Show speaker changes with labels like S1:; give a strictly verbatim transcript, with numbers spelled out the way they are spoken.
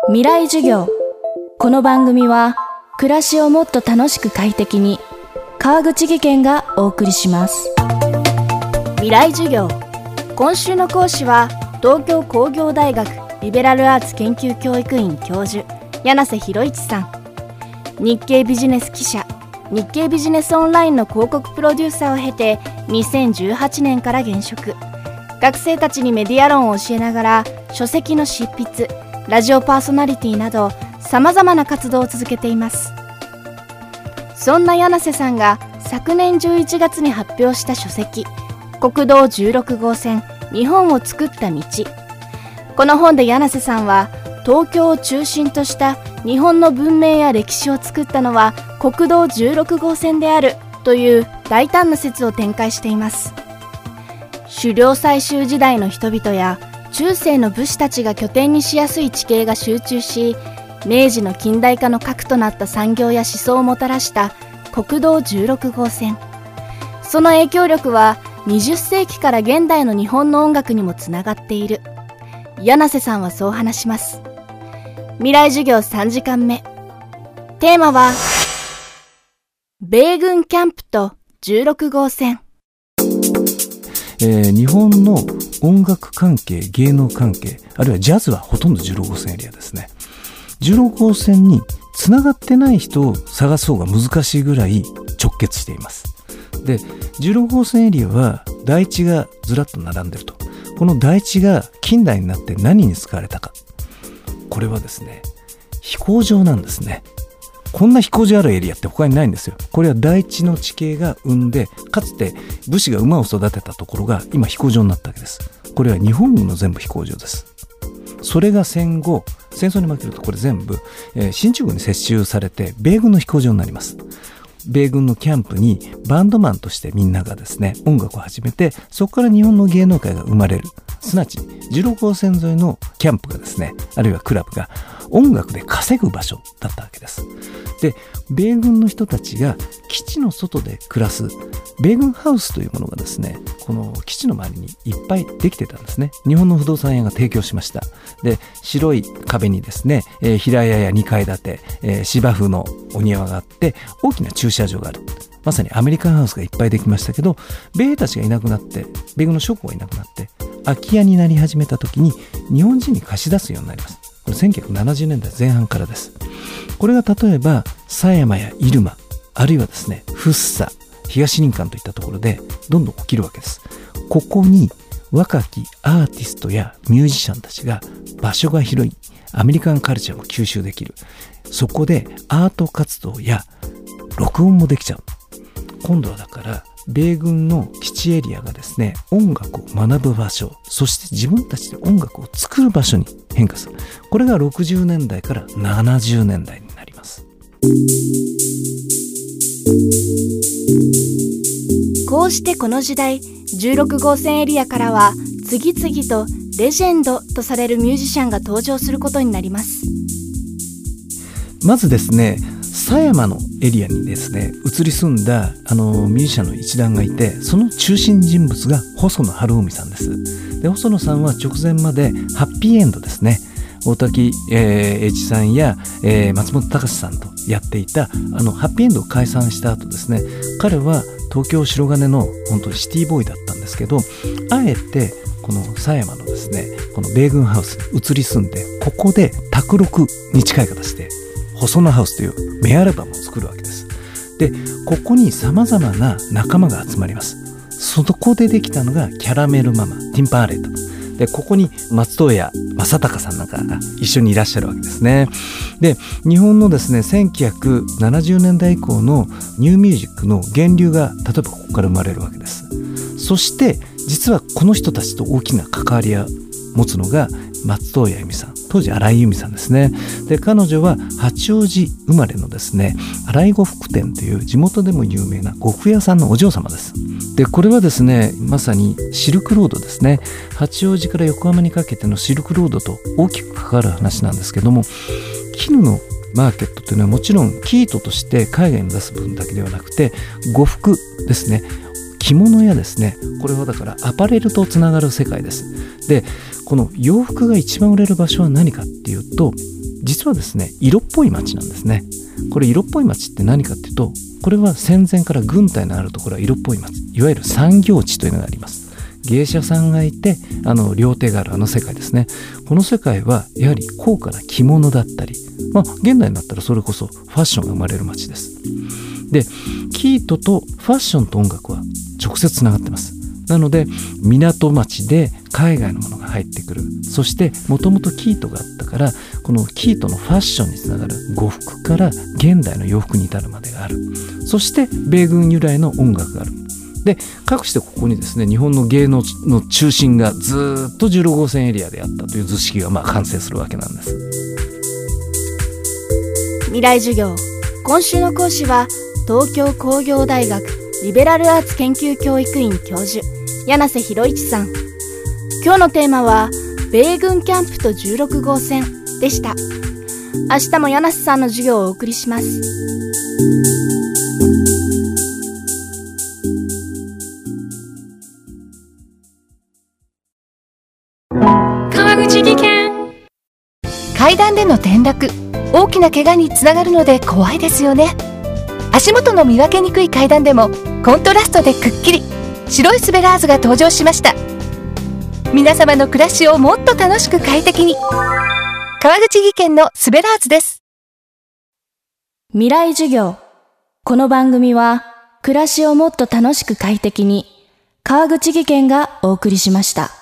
S1: 未来授業。この番組は暮らしをもっと楽しく快適に、川口義賢がお送りします。未来授業。今週の講師は東京工業大学リベラルアーツ研究教育院教授柳瀬博一さん。日経ビジネス記者、日経ビジネスオンラインの広告プロデューサーを経てにせんじゅうはちねんから現職。学生たちにメディア論を教えながら書籍の執筆、ラジオパーソナリティなどさまざまな活動を続けています。そんな柳瀬さんが昨年じゅういちがつに発表した書籍、国道じゅうろく号線日本を作った道。この本で柳瀬さんは東京を中心とした日本の文明や歴史を作ったのは国道じゅうろく号線であるという大胆な説を展開しています。狩猟採集時代の人々や中世の武士たちが拠点にしやすい地形が集中し、明治の近代化の核となった産業や思想をもたらした国道じゅうろく号線。その影響力はにじゅっせいきから現代の日本の音楽にもつながっている。柳瀬さんはそう話します。未来授業さんじかんめ。テーマは米軍キャンプとじゅうろく号線。
S2: えー、日本の音楽関係、芸能関係、あるいはジャズはほとんどじゅうろく号線エリアですね。じゅうろく号線につながってない人を探そうが難しいぐらい直結しています。で、じゅうろく号線エリアは台地がずらっと並んでると。この台地が近代になって何に使われたか。これはですね、飛行場なんですね。こんな飛行場あるエリアって他にないんですよ。これは台地の地形が生んで、かつて武士が馬を育てたところが今飛行場になったわけです。これは日本軍の全部飛行場です。それが戦後、戦争に負けるとこれ全部、えー、進駐軍に接収されて米軍の飛行場になります。米軍のキャンプにバンドマンとしてみんながですね、音楽を始めて、そこから日本の芸能界が生まれる。すなわちじゅうろく号線沿いのキャンプがですね、あるいはクラブが音楽で稼ぐ場所だったわけです。で、米軍の人たちが基地の外で暮らす米軍ハウスというものがですね、この基地の周りにいっぱいできてたんですね。日本の不動産屋が提供しました。で、白い壁にですね、えー、平屋やにかい建て、えー、芝生のお庭があって、大きな駐車場がある。まさにアメリカンハウスがいっぱいできましたけど、米兵たちがいなくなって、米軍の将校がいなくなって、空き家になり始めた時に日本人に貸し出すようになります。これせんきゅうひゃくななじゅうねんだいぜん半からです。これが例えば狭山や入間、あるいはですね、福生、東林間といったところでどんどん起きるわけです。ここに若きアーティストやミュージシャンたちが場所が広い、アメリカンカルチャーも吸収できる。そこでアート活動や録音もできちゃう。今度はだから米軍の基地エリアがですね、音楽を学ぶ場所、そして自分たちで音楽を作る場所に変化する。これがろくじゅうねんだいからななじゅうねんだいになります。
S1: こうしてこの時代、じゅうろく号線エリアからは次々とレジェンドとされるミュージシャンが登場することになります。
S2: まずですね、狭山のエリアにですね、移り住んだあのミュージシャンの一団がいて、その中心人物が細野晴臣さんです。で、細野さんは直前までハッピーエンドですね、大滝、えー、栄一さんや、えー、松本隆さんとやっていたあのハッピーエンドを解散した後ですね、彼は東京白金の本当にシティボーイだったんですけど、あえてこの狭山のですね、この米軍ハウスに移り住んで、ここで宅録に近い形で細野ハウスというメアルバムを作るわけです。で、ここに様々な仲間が集まります。そこでできたのがキャラメルママ、ティンパンアレート。で、ここに松任谷正隆さんなんかが一緒にいらっしゃるわけですね。で、日本のですね、せんきゅうひゃくななじゅうねんだい以降のニューミュージックの源流が例えばここから生まれるわけです。そして実はこの人たちと大きな関わりを持つのが松任谷由実さん、当時荒井由実さんですね。で、彼女は八王子生まれのですね、荒井呉服店という地元でも有名な呉服屋さんのお嬢様です。で、これはですね、まさにシルクロードですね、八王子から横浜にかけてのシルクロードと大きく関わる話なんですけども、絹のマーケットというのはもちろん生糸として海外に出す分だけではなくて、呉服ですね、着物やですね、これはだからアパレルとつながる世界です。で、この洋服が一番売れる場所は何かっていうと、 実はですね色っぽい町なんですね。これ色っぽい町って何かっていうと、これは戦前から軍隊のあるところは色っぽい町、いわゆる産業地というのがあります。芸者さんがいて、あの料亭があるあの世界ですね。この世界はやはり高価な着物だったり、まあ現代になったらそれこそファッションが生まれる町です。で、生糸とファッションと音楽は直接つながってます。なので港町で海外のものが入ってくる。そしてもともと生糸があったから、この生糸のファッションにつながる呉服から現代の洋服に至るまでがある。そして米軍由来の音楽がある。で、かくしてここにですね日本の芸能の中心がずっとじゅうろく号線エリアであったという図式がまあ完成するわけなんです。
S1: 未来授業、今週の講師は東京工業大学リベラルアーツ研究教育院教授柳瀬博一さん。今日のテーマは米軍キャンプとじゅうろく号線でした。明日も柳瀬さんの授業をお送りします。
S3: 川口技研。階段での転落、大きな怪我につながるので怖いですよね。足元の見分けにくい階段でもコントラストでくっきり白いスベラーズが登場しました。皆様の暮らしをもっと楽しく快適に、川口技研のスベラーズです。
S1: 未来授業、この番組は暮らしをもっと楽しく快適に川口技研がお送りしました。